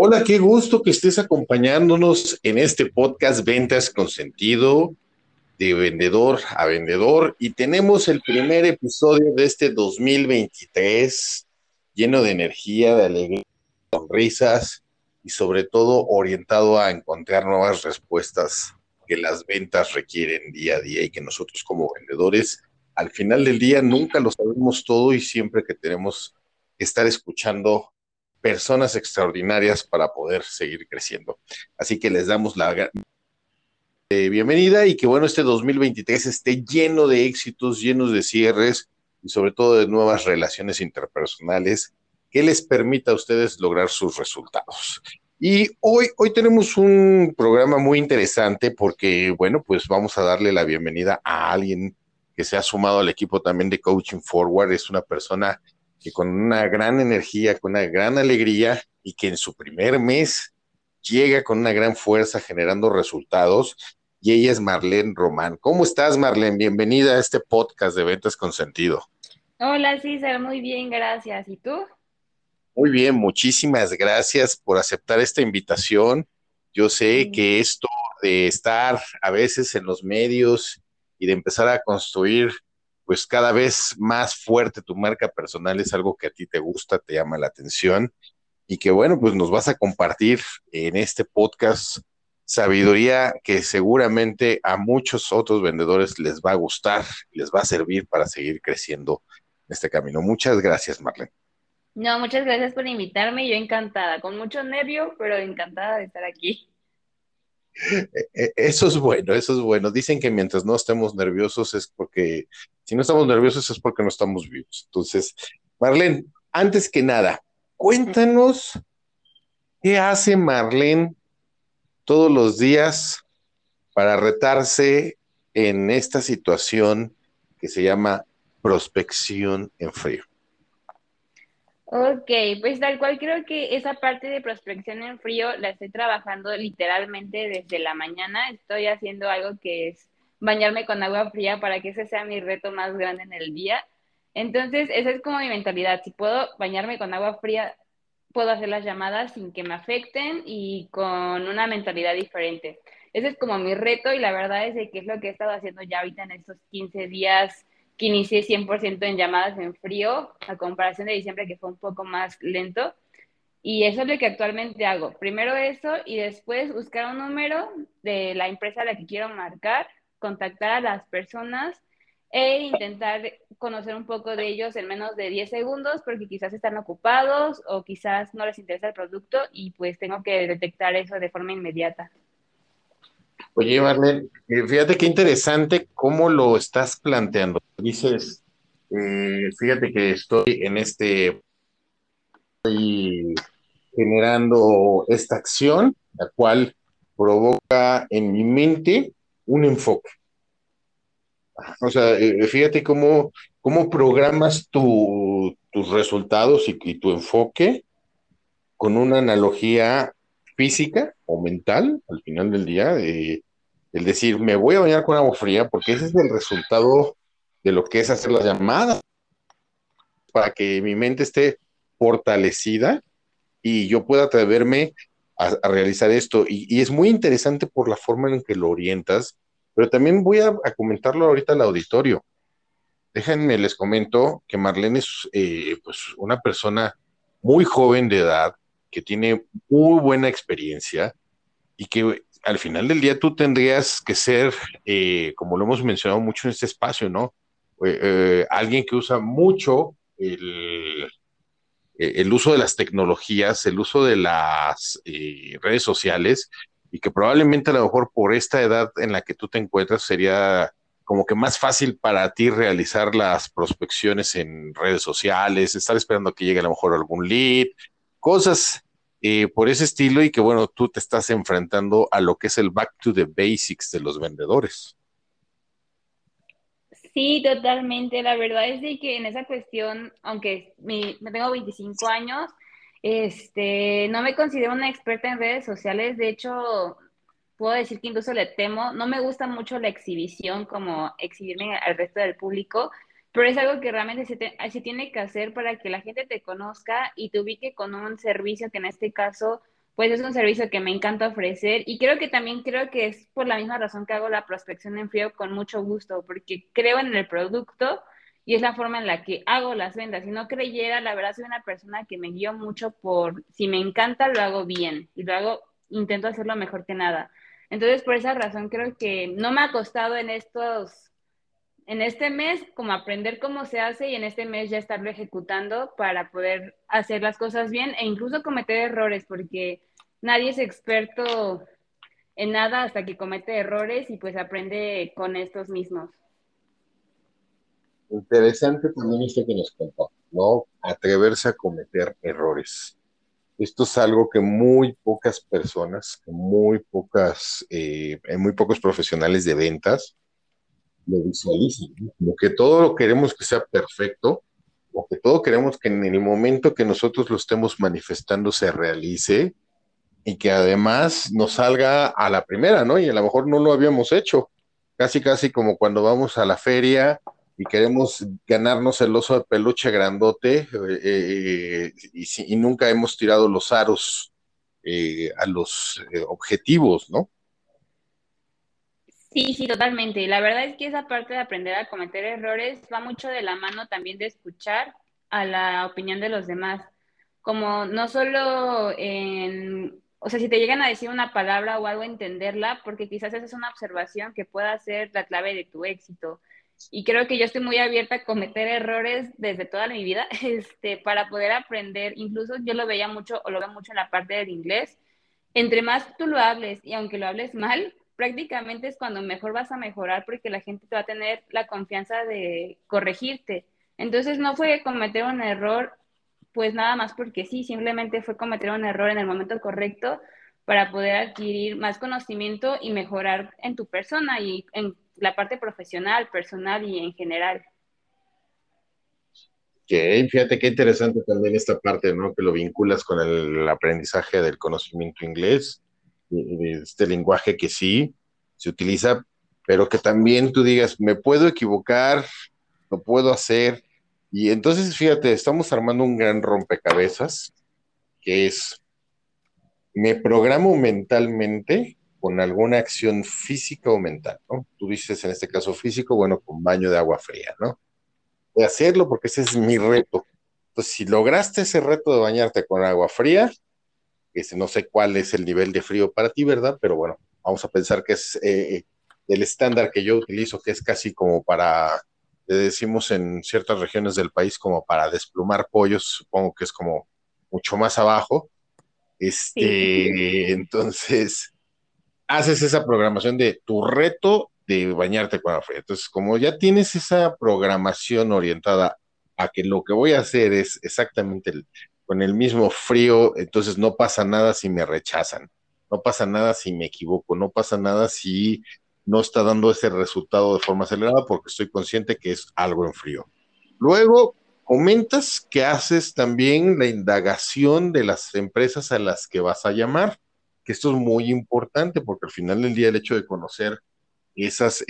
Hola, qué gusto que estés acompañándonos en este podcast Ventas con Sentido, de vendedor a vendedor. Y tenemos el primer episodio de este 2023 lleno de energía, de alegría, risas y sobre todo orientado a encontrar nuevas respuestas que las ventas requieren día a día y que nosotros como vendedores al final del día nunca lo sabemos todo y siempre que tenemos que estar escuchando personas extraordinarias para poder seguir creciendo. Así que les damos la bienvenida y que bueno, este 2023 esté lleno de éxitos, llenos de cierres y sobre todo de nuevas relaciones interpersonales que les permita a ustedes lograr sus resultados. Y hoy tenemos un programa muy interesante porque, bueno, pues vamos a darle la bienvenida a alguien que se ha sumado al equipo también de Coaching Forward. Es una persona que con una gran energía, con una gran alegría y que en su primer mes llega con una gran fuerza generando resultados y ella es Marlene Román. ¿Cómo estás, Marlene? Bienvenida a este podcast de Ventas con Sentido. Hola, César, muy bien, gracias. ¿Y tú? Muy bien, muchísimas gracias por aceptar esta invitación. Yo sé Mm. que esto de estar a veces en los medios y de empezar a construir pues cada vez más fuerte tu marca personal es algo que a ti te gusta, te llama la atención y que bueno, pues nos vas a compartir en este podcast sabiduría que seguramente a muchos otros vendedores les va a gustar, les va a servir para seguir creciendo en este camino. Muchas gracias, Marlene. No, muchas gracias por invitarme. Yo encantada, con mucho nervio, pero encantada de estar aquí. Eso es bueno, eso es bueno. Dicen que mientras no estemos nerviosos es porque, si no estamos nerviosos es porque no estamos vivos. Entonces, Marlene, antes que nada, cuéntanos qué hace Marlene todos los días para retarse en esta situación que se llama prospección en frío. Ok, pues tal cual creo que esa parte de prospección en frío la estoy trabajando literalmente desde la mañana. Estoy haciendo algo que es bañarme con agua fría para que ese sea mi reto más grande en el día. Entonces, esa es como mi mentalidad. Si puedo bañarme con agua fría, puedo hacer las llamadas sin que me afecten y con una mentalidad diferente. Ese es como mi reto y la verdad es de que es lo que he estado haciendo ya ahorita en estos 15 días que inicié 100% en llamadas en frío, a comparación de diciembre que fue un poco más lento. Y eso es lo que actualmente hago. Primero eso y después buscar un número de la empresa a la que quiero marcar, contactar a las personas e intentar conocer un poco de ellos en menos de 10 segundos porque quizás están ocupados o quizás no les interesa el producto y pues tengo que detectar eso de forma inmediata. Oye, Marlene, fíjate qué interesante cómo lo estás planteando. Dices, fíjate que estoy en este, generando esta acción, la cual provoca en mi mente un enfoque. O sea, fíjate cómo programas tus resultados y tu enfoque con una analogía física o mental al final del día, el decir, me voy a bañar con agua fría porque ese es el resultado de lo que es hacer las llamadas para que mi mente esté fortalecida y yo pueda atreverme a realizar esto. Y es muy interesante por la forma en que lo orientas, pero también voy a comentarlo ahorita al auditorio. Déjenme, les comento que Marlene es pues una persona muy joven de edad, que tiene muy buena experiencia y que al final del día tú tendrías que ser, como lo hemos mencionado mucho en este espacio, ¿no? Alguien que usa mucho el uso de las tecnologías, el uso de las redes sociales y que probablemente a lo mejor por esta edad en la que tú te encuentras sería como que más fácil para ti realizar las prospecciones en redes sociales, estar esperando a que llegue a lo mejor algún lead, cosas por ese estilo y que bueno, tú te estás enfrentando a lo que es el back to the basics de los vendedores. Sí, totalmente. La verdad es de que en esa cuestión, aunque me tengo 25 años, no me considero una experta en redes sociales. De hecho, puedo decir que incluso le temo. No me gusta mucho la exhibición, como exhibirme al resto del público, pero es algo que realmente se tiene que hacer para que la gente te conozca y te ubique con un servicio que en este caso pues es un servicio que me encanta ofrecer y creo que es por la misma razón que hago la prospección en frío con mucho gusto, porque creo en el producto y es la forma en la que hago las ventas. Si no creyera, la verdad soy una persona que me guío mucho por si me encanta, lo hago bien y lo hago, intento hacerlo mejor que nada. Entonces, por esa razón creo que no me ha costado en este mes como aprender cómo se hace y en este mes ya estarlo ejecutando para poder hacer las cosas bien e incluso cometer errores, porque nadie es experto en nada hasta que comete errores y pues aprende con estos mismos. Interesante también esto que nos contó, ¿no? Atreverse a cometer errores. Esto es algo que muy pocas personas, muy pocos profesionales de ventas lo visualizan, ¿no? Como que todo lo queremos que sea perfecto, o que todo queremos que en el momento que nosotros lo estemos manifestando se realice y que además nos salga a la primera, ¿no? Y a lo mejor no lo habíamos hecho. Casi, casi como cuando vamos a la feria y queremos ganarnos el oso de peluche grandote y nunca hemos tirado los aros a los objetivos, ¿no? Sí, sí, totalmente. La verdad es que esa parte de aprender a cometer errores va mucho de la mano también de escuchar a la opinión de los demás. Como no solo en, o sea, si te llegan a decir una palabra o algo, entenderla, porque quizás esa es una observación que pueda ser la clave de tu éxito. Y creo que yo estoy muy abierta a cometer errores desde toda mi vida, para poder aprender. Incluso yo lo veía mucho o lo veo mucho en la parte del inglés. Entre más tú lo hables y aunque lo hables mal, prácticamente es cuando mejor vas a mejorar porque la gente te va a tener la confianza de corregirte. Entonces no fue cometer un error, pues nada más porque sí, simplemente fue cometer un error en el momento correcto para poder adquirir más conocimiento y mejorar en tu persona y en la parte profesional, personal y en general. Que fíjate qué interesante también esta parte, ¿no? Que lo vinculas con el aprendizaje del conocimiento inglés, de este lenguaje que sí se utiliza, pero que también tú digas, me puedo equivocar, lo puedo hacer. Y entonces, fíjate, estamos armando un gran rompecabezas, que es, me programo mentalmente con alguna acción física o mental, ¿no? Tú dices en este caso físico, bueno, con baño de agua fría, ¿no? De hacerlo porque ese es mi reto. Entonces, si lograste ese reto de bañarte con agua fría, no sé cuál es el nivel de frío para ti, ¿verdad? Pero bueno, vamos a pensar que es el estándar que yo utilizo, que es casi como para, le decimos en ciertas regiones del país, como para desplumar pollos, supongo que es como mucho más abajo. Sí. Entonces, haces esa programación de tu reto de bañarte con agua fría. Entonces, como ya tienes esa programación orientada a que lo que voy a hacer es exactamente con el mismo frío, entonces no pasa nada si me rechazan, no pasa nada si me equivoco, no pasa nada si no está dando ese resultado de forma acelerada porque estoy consciente que es algo en frío. Luego, comentas que haces también la indagación de las empresas a las que vas a llamar, que esto es muy importante porque al final del día el hecho de conocer esas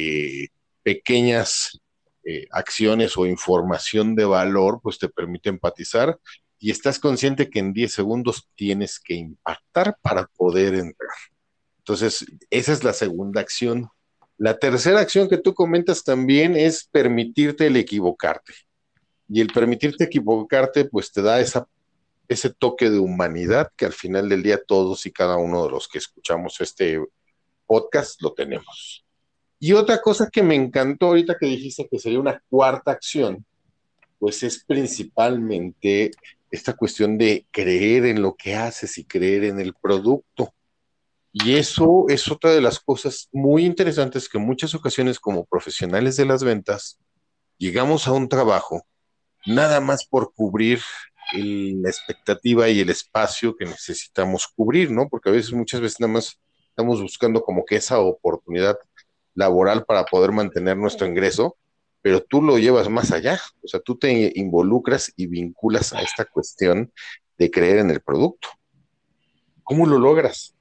pequeñas acciones o información de valor, pues te permite empatizar y estás consciente que en 10 segundos tienes que impactar para poder entrar. Entonces, esa es la segunda acción. La tercera acción que tú comentas también es permitirte el equivocarte. Y el permitirte equivocarte, pues te da ese toque de humanidad que al final del día todos y cada uno de los que escuchamos este podcast lo tenemos. Y otra cosa que me encantó ahorita que dijiste que sería una cuarta acción, pues es principalmente esta cuestión de creer en lo que haces y creer en el producto. Y eso es otra de las cosas muy interesantes que en muchas ocasiones como profesionales de las ventas llegamos a un trabajo nada más por cubrir la expectativa y el espacio que necesitamos cubrir, ¿no? Porque a veces, muchas veces nada más estamos buscando como que esa oportunidad laboral para poder mantener nuestro ingreso, pero tú lo llevas más allá, o sea, tú te involucras y vinculas a esta cuestión de creer en el producto. ¿Cómo lo logras?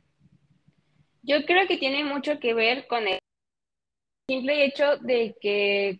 Yo creo que tiene mucho que ver con el simple hecho de que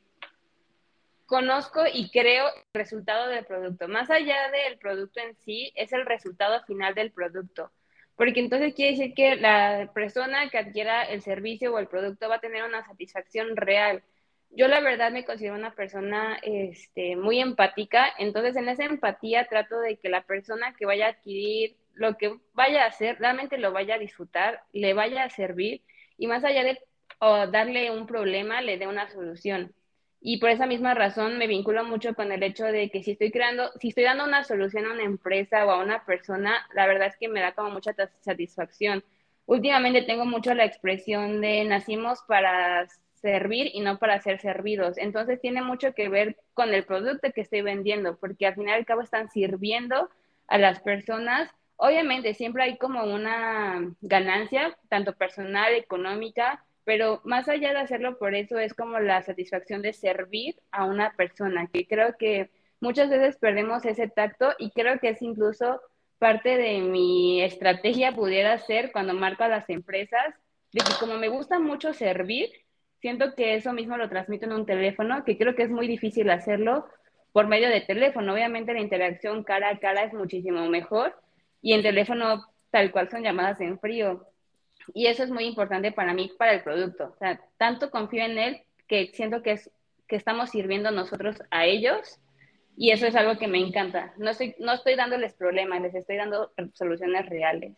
conozco y creo el resultado del producto. Más allá del producto en sí, es el resultado final del producto. porque entonces quiere decir que la persona que adquiera el servicio o el producto va a tener una satisfacción real. Yo la verdad me considero una persona muy empática, entonces en esa empatía trato de que la persona que vaya a adquirir lo que vaya a hacer realmente lo vaya a disfrutar, le vaya a servir y más allá de darle un problema, le dé una solución. Y por esa misma razón me vinculo mucho con el hecho de que si estoy dando una solución a una empresa o a una persona, la verdad es que me da como mucha satisfacción. Últimamente tengo mucho la expresión de nacimos para servir y no para ser servidos. Entonces tiene mucho que ver con el producto que estoy vendiendo, porque al final y al cabo están sirviendo a las personas. Obviamente siempre hay como una ganancia, tanto personal, económica, pero más allá de hacerlo por eso es como la satisfacción de servir a una persona, que creo que muchas veces perdemos ese tacto y creo que es incluso parte de mi estrategia pudiera ser cuando marco a las empresas, de que como me gusta mucho servir, siento que eso mismo lo transmito en un teléfono, que creo que es muy difícil hacerlo por medio de teléfono. Obviamente la interacción cara a cara es muchísimo mejor y en teléfono tal cual son llamadas en frío. Y eso es muy importante para mí, para el producto. O sea, tanto confío en él que siento que estamos sirviendo nosotros a ellos y eso es algo que me encanta. No estoy dándoles problemas, les estoy dando soluciones reales.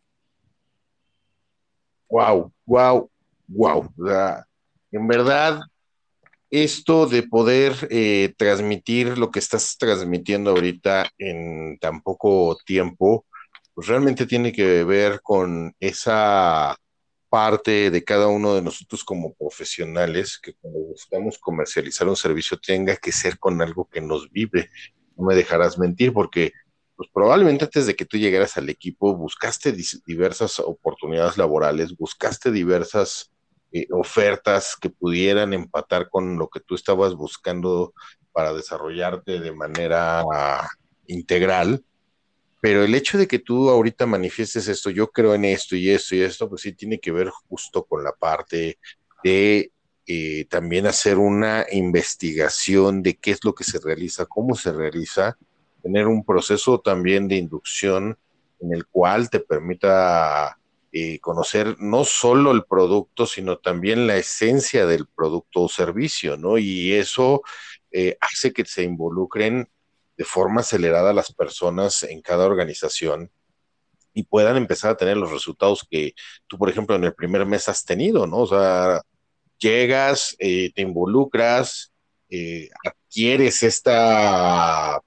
Wow, wow, wow. O sea, en verdad, esto de poder transmitir lo que estás transmitiendo ahorita en tan poco tiempo, pues realmente tiene que ver con esa parte de cada uno de nosotros como profesionales, que cuando buscamos comercializar un servicio tenga que ser con algo que nos vibre. No me dejarás mentir, porque pues probablemente antes de que tú llegaras al equipo buscaste diversas oportunidades laborales, buscaste diversas ofertas que pudieran empatar con lo que tú estabas buscando para desarrollarte de manera integral, pero el hecho de que tú ahorita manifiestes esto, yo creo en esto y esto, pues sí tiene que ver justo con la parte de también hacer una investigación de qué es lo que se realiza, cómo se realiza, tener un proceso también de inducción en el cual te permita conocer no solo el producto, sino también la esencia del producto o servicio, ¿no? Y eso hace que se involucren de forma acelerada a las personas en cada organización y puedan empezar a tener los resultados que tú, por ejemplo, en el primer mes has tenido, ¿no? O sea, llegas, te involucras, adquieres esta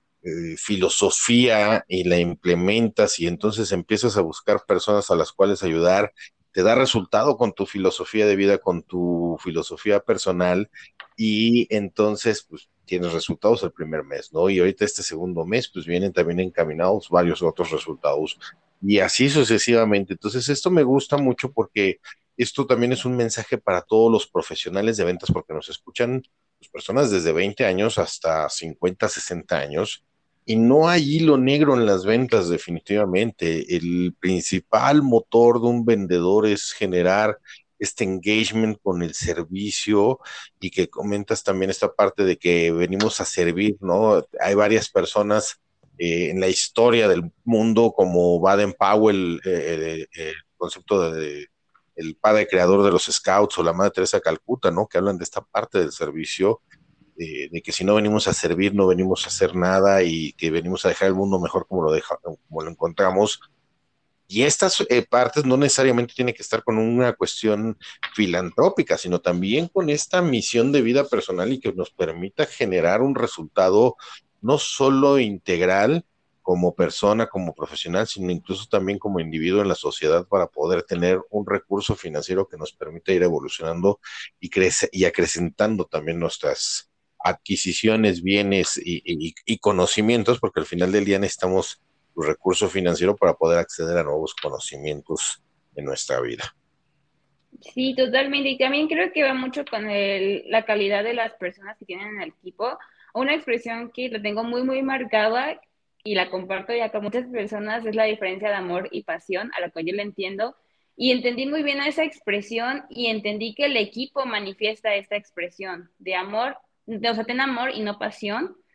filosofía y la implementas y entonces empiezas a buscar personas a las cuales ayudar, te da resultado con tu filosofía de vida, con tu filosofía personal y entonces pues tienes resultados el primer mes, ¿no? Y ahorita este segundo mes pues vienen también encaminados varios otros resultados y así sucesivamente. Entonces esto me gusta mucho porque esto también es un mensaje para todos los profesionales de ventas porque nos escuchan pues, personas desde 20 años hasta 50, 60 años y no hay hilo negro en las ventas, definitivamente. El principal motor de un vendedor es generar este engagement con el servicio y que comentas también esta parte de que venimos a servir, ¿no? Hay varias personas en la historia del mundo como Baden Powell, el concepto de el padre creador de los Scouts o la Madre Teresa de Calcuta, ¿no? Que hablan de esta parte del servicio de que si no venimos a servir, no venimos a hacer nada y que venimos a dejar el mundo mejor como lo encontramos. Y estas partes no necesariamente tienen que estar con una cuestión filantrópica, sino también con esta misión de vida personal y que nos permita generar un resultado no solo integral como persona, como profesional, sino incluso también como individuo en la sociedad para poder tener un recurso financiero que nos permita ir evolucionando y acrecentando también nuestras adquisiciones, bienes y conocimientos, porque al final del día necesitamos recurso financiero para poder acceder a nuevos conocimientos en nuestra vida. Sí, totalmente. Y también creo que va mucho con la calidad de las personas que tienen en el equipo. Una expresión que la tengo muy, muy marcada y la comparto ya con muchas personas es la diferencia de amor y pasión, a la que yo le entiendo. Y entendí muy bien esa expresión y entendí que el equipo manifiesta esta expresión de amor, o sea, ten amor y no pasión,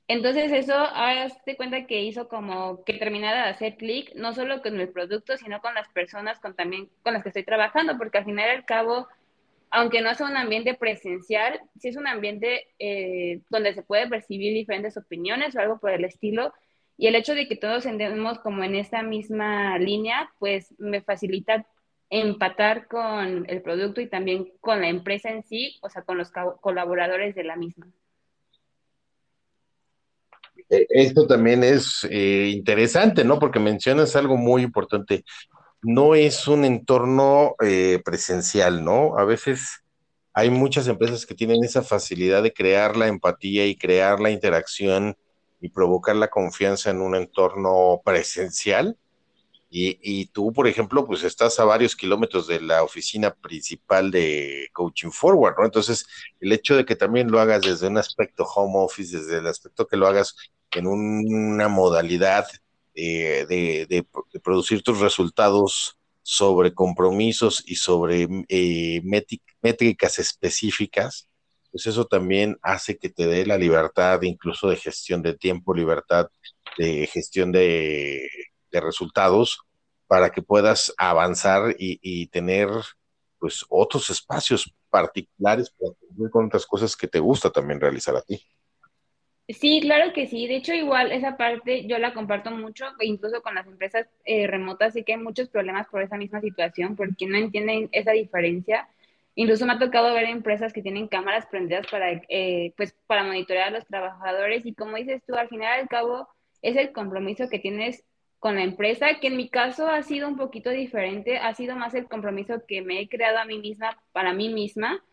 Entonces eso, ahora te cuenta que hizo como que terminara de hacer clic, no solo con el producto, sino con las personas con también con las que estoy trabajando, porque al final y al cabo, aunque no sea un ambiente presencial, sí es un ambiente donde se puede percibir diferentes opiniones o algo por el estilo. Y el hecho de que todos andemos como en esta misma línea, pues me facilita empatar con el producto y también con la empresa en sí, o sea, con los colaboradores de la misma. Esto también es interesante, ¿no? Porque mencionas algo muy importante. No es un entorno presencial, ¿no? A veces hay muchas empresas que tienen esa facilidad de crear la empatía y crear la interacción y provocar la confianza en un entorno presencial. Y tú, por ejemplo, pues estás a varios kilómetros de la oficina principal de Coaching Forward, ¿no? Entonces, el hecho de que también lo hagas desde un aspecto home office, desde el aspecto que lo hagas en una modalidad de producir tus resultados sobre compromisos y sobre métricas específicas, pues eso también hace que te dé la libertad incluso de gestión de tiempo, libertad de gestión de resultados para que puedas avanzar y tener pues otros espacios particulares para cumplir con otras cosas que te gusta también realizar a ti. Sí, claro que sí. De hecho, igual esa parte yo la comparto mucho, e incluso con las empresas remotas, sí que hay muchos problemas por esa misma situación, porque no entienden esa diferencia. Incluso me ha tocado ver empresas que tienen cámaras prendidas pues, para monitorear a los trabajadores y como dices tú, al final al cabo es el compromiso que tienes con la empresa, que en mi caso ha sido un poquito diferente, ha sido más el compromiso que me he creado a mí misma, para mí misma,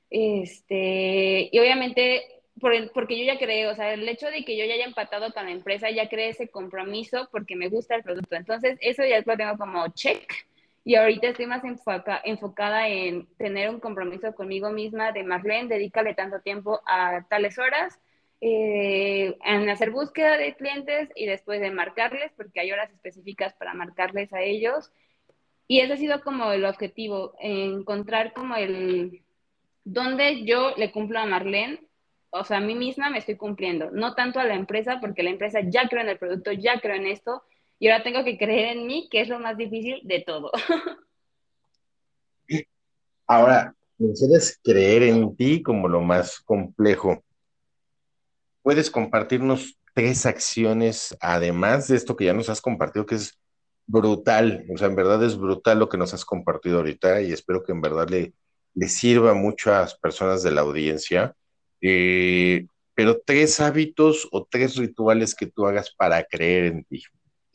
y obviamente, porque yo ya creo, o sea, el hecho de que yo ya haya empatado con la empresa, ya creé ese compromiso porque me gusta el producto. Entonces, eso ya lo tengo como check. Y ahorita estoy más enfocada en tener un compromiso conmigo misma de Marlene, dedícale tanto tiempo a tales horas, en hacer búsqueda de clientes y después de marcarles, porque hay horas específicas para marcarles a ellos. Y ese ha sido como el objetivo, encontrar como donde yo le cumplo a Marlene, o sea, a mí misma me estoy cumpliendo, no tanto a la empresa, porque la empresa ya creo en el producto, ya creo en esto, y ahora tengo que creer en mí, que es lo más difícil de todo. Ahora, mencionas creer en ti como lo más complejo. ¿Puedes compartirnos tres acciones, además de esto que ya nos has compartido, que es brutal? O sea, en verdad es brutal lo que nos has compartido ahorita y espero que en verdad le sirva a muchas personas de la audiencia. Pero tres hábitos o tres rituales que tú hagas para creer en ti.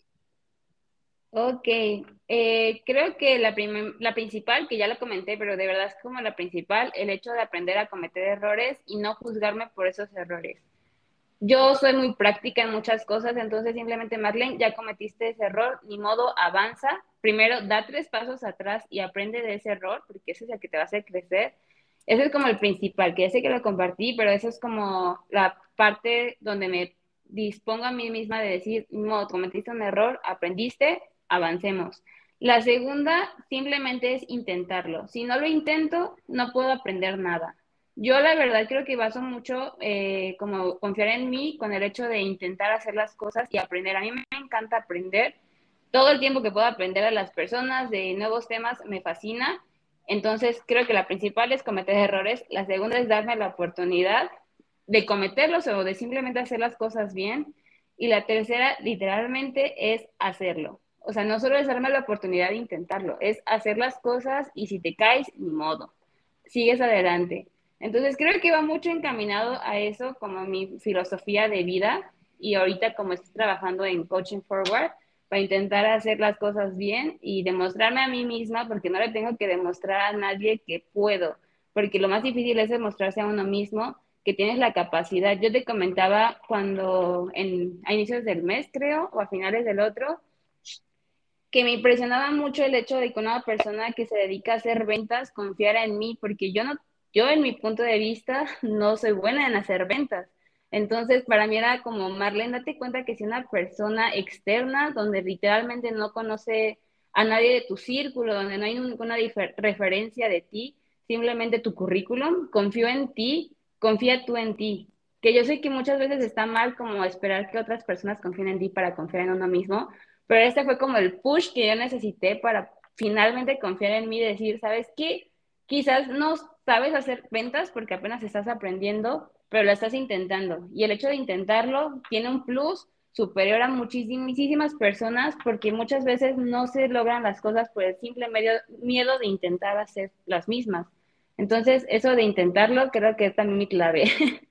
Ok, creo que la principal, que ya lo comenté, pero de verdad es como la principal, el hecho de aprender a cometer errores y no juzgarme por esos errores. Yo soy muy práctica en muchas cosas, entonces simplemente, Marlene, ya cometiste ese error, ni modo, avanza. Primero, da 3 pasos atrás y aprende de ese error, porque ese es el que te va a hacer crecer. Ese es como el principal, que ya sé que lo compartí, pero eso es como la parte donde me dispongo a mí misma de decir, ni modo, cometiste un error, aprendiste, avancemos. La segunda simplemente es intentarlo. Si no lo intento, no puedo aprender nada. Yo la verdad creo que baso mucho como confiar en mí con el hecho de intentar hacer las cosas y aprender. A mí me encanta aprender. Todo el tiempo que puedo aprender a las personas de nuevos temas me fascina. Entonces creo que la principal es cometer errores. La segunda es darme la oportunidad de cometerlos o de simplemente hacer las cosas bien. Y la tercera literalmente es hacerlo. O sea, no solo es darme la oportunidad de intentarlo, es hacer las cosas y si te caes, ni modo, sigues adelante. Entonces creo que va mucho encaminado a eso como mi filosofía de vida y ahorita como estoy trabajando en Coaching Forward para intentar hacer las cosas bien y demostrarme a mí misma porque no le tengo que demostrar a nadie que puedo, porque lo más difícil es demostrarse a uno mismo que tienes la capacidad. Yo te comentaba a inicios del mes, creo, o a finales del otro, que me impresionaba mucho el hecho de que una persona que se dedica a hacer ventas confiara en mí, porque yo en mi punto de vista no soy buena en hacer ventas. Entonces, para mí era como, Marlene, date cuenta que si una persona externa, donde literalmente no conoce a nadie de tu círculo, donde no hay ninguna referencia de ti, simplemente tu currículum, confío en ti, confía tú en ti. que yo sé que muchas veces está mal como esperar que otras personas confíen en ti para confiar en uno mismo, pero este fue como el push que yo necesité para finalmente confiar en mí y decir, ¿sabes qué? Quizás no sabes hacer ventas porque apenas estás aprendiendo, pero lo estás intentando. Y el hecho de intentarlo tiene un plus superior a muchísimas personas porque muchas veces no se logran las cosas por el simple miedo de intentar hacer las mismas. Entonces, eso de intentarlo creo que es también mi clave.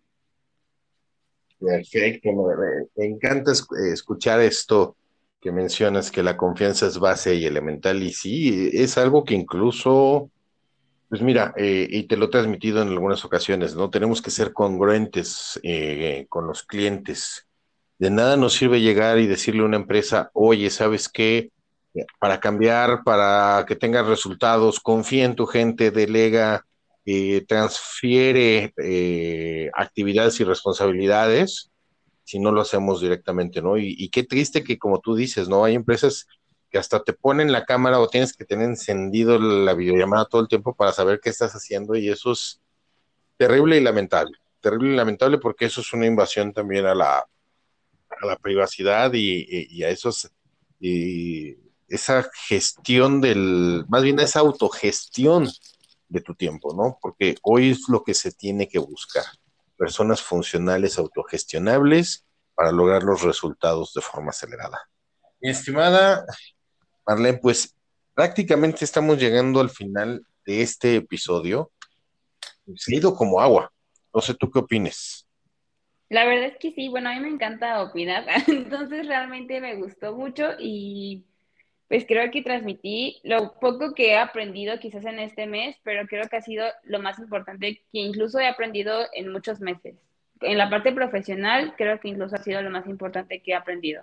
Perfecto, me encanta escuchar esto que mencionas, que la confianza es base y elemental, y sí, es algo que incluso, pues mira, y te lo he transmitido en algunas ocasiones, ¿no? Tenemos que ser congruentes con los clientes. De nada nos sirve llegar y decirle a una empresa, oye, ¿sabes qué? Para cambiar, para que tengas resultados, confía en tu gente, delega, transfiere actividades y responsabilidades si no lo hacemos directamente, ¿no? Y qué triste que, como tú dices, ¿no? Hay empresas que hasta te ponen la cámara o tienes que tener encendido la videollamada todo el tiempo para saber qué estás haciendo y eso es terrible y lamentable porque eso es una invasión también a la privacidad y a esos, y esa gestión más bien esa autogestión de tu tiempo, ¿no? Porque hoy es lo que se tiene que buscar, personas funcionales, autogestionables para lograr los resultados de forma acelerada. Mi estimada Marlene, pues prácticamente estamos llegando al final de este episodio. Se ha ido como agua. No sé tú qué opines. La verdad es que sí, bueno, a mí me encanta opinar, entonces realmente me gustó mucho y pues creo que transmití lo poco que he aprendido quizás en este mes, pero creo que ha sido lo más importante que incluso he aprendido en muchos meses. En la parte profesional, creo que incluso ha sido lo más importante que he aprendido.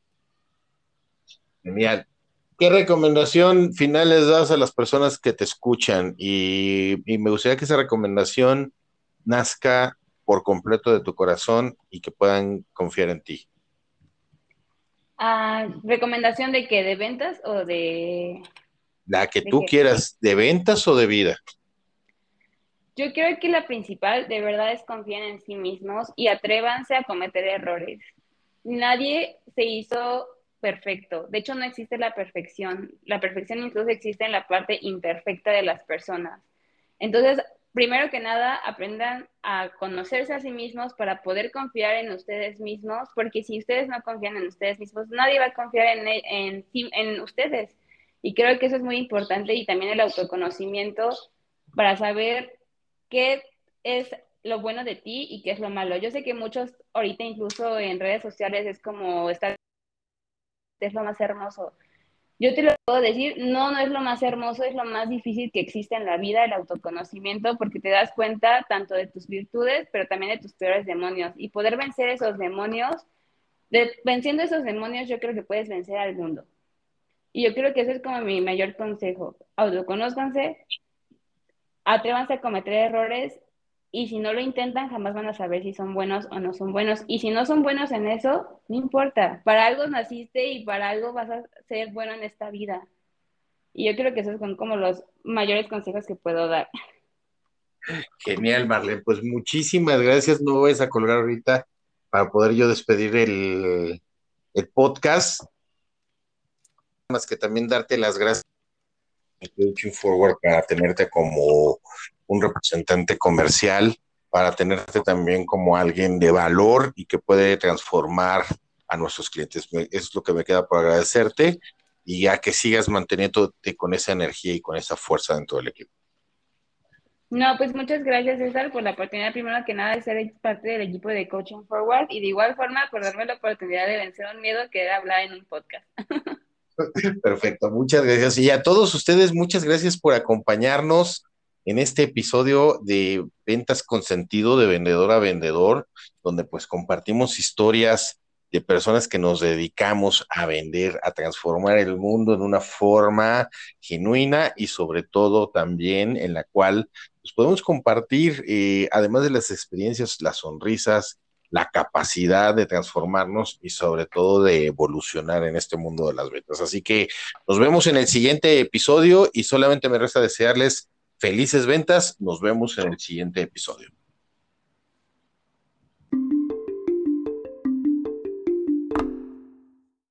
Genial. ¿Qué recomendación final les das a las personas que te escuchan? Y me gustaría que esa recomendación nazca por completo de tu corazón y que puedan confiar en ti. Ah, ¿recomendación de qué? ¿De ventas o La que de tú qué? quieras, de ventas o de vida. Yo creo que la principal de verdad es confiar en sí mismos y atrévanse a cometer errores. Nadie se hizo perfecto. De hecho, no existe la perfección. La perfección incluso existe en la parte imperfecta de las personas. Entonces, primero que nada, aprendan a conocerse a sí mismos para poder confiar en ustedes mismos, porque si ustedes no confían en ustedes mismos, nadie va a confiar en ustedes. Y creo que eso es muy importante y también el autoconocimiento para saber qué es lo bueno de ti y qué es lo malo. Yo sé que muchos ahorita incluso en redes sociales es como estar es lo más hermoso. Yo te lo puedo decir, no, no es lo más hermoso, es lo más difícil que existe en la vida, el autoconocimiento, porque te das cuenta tanto de tus virtudes, pero también de tus peores demonios. Y poder vencer esos demonios, venciendo esos demonios, yo creo que puedes vencer al mundo. Y yo creo que eso es como mi mayor consejo. Autoconózcanse, atrévanse a cometer errores y si no lo intentan, jamás van a saber si son buenos o no son buenos. Y si no son buenos en eso, no importa. Para algo naciste y para algo vas a ser bueno en esta vida. Y yo creo que esos son como los mayores consejos que puedo dar. Genial, Marlene. Pues muchísimas gracias. No voy a colgar ahorita para poder yo despedir el podcast. Más que también darte las gracias a Coaching Forward para tenerte como un representante comercial, para tenerte también como alguien de valor y que puede transformar a nuestros clientes. Eso es lo que me queda por agradecerte y a que sigas manteniéndote con esa energía y con esa fuerza dentro del equipo. No, pues muchas gracias, César, por la oportunidad, primero que nada, de ser parte del equipo de Coaching Forward y de igual forma por darme la oportunidad de vencer un miedo que era hablar en un podcast. Perfecto, muchas gracias. Y a todos ustedes, muchas gracias por acompañarnos en este episodio de Ventas con Sentido de Vendedor a Vendedor, donde pues compartimos historias de personas que nos dedicamos a vender, a transformar el mundo en una forma genuina y sobre todo también en la cual pues, podemos compartir, además de las experiencias, las sonrisas, la capacidad de transformarnos y sobre todo de evolucionar en este mundo de las ventas. Así que nos vemos en el siguiente episodio y solamente me resta desearles felices ventas. Nos vemos en el siguiente episodio.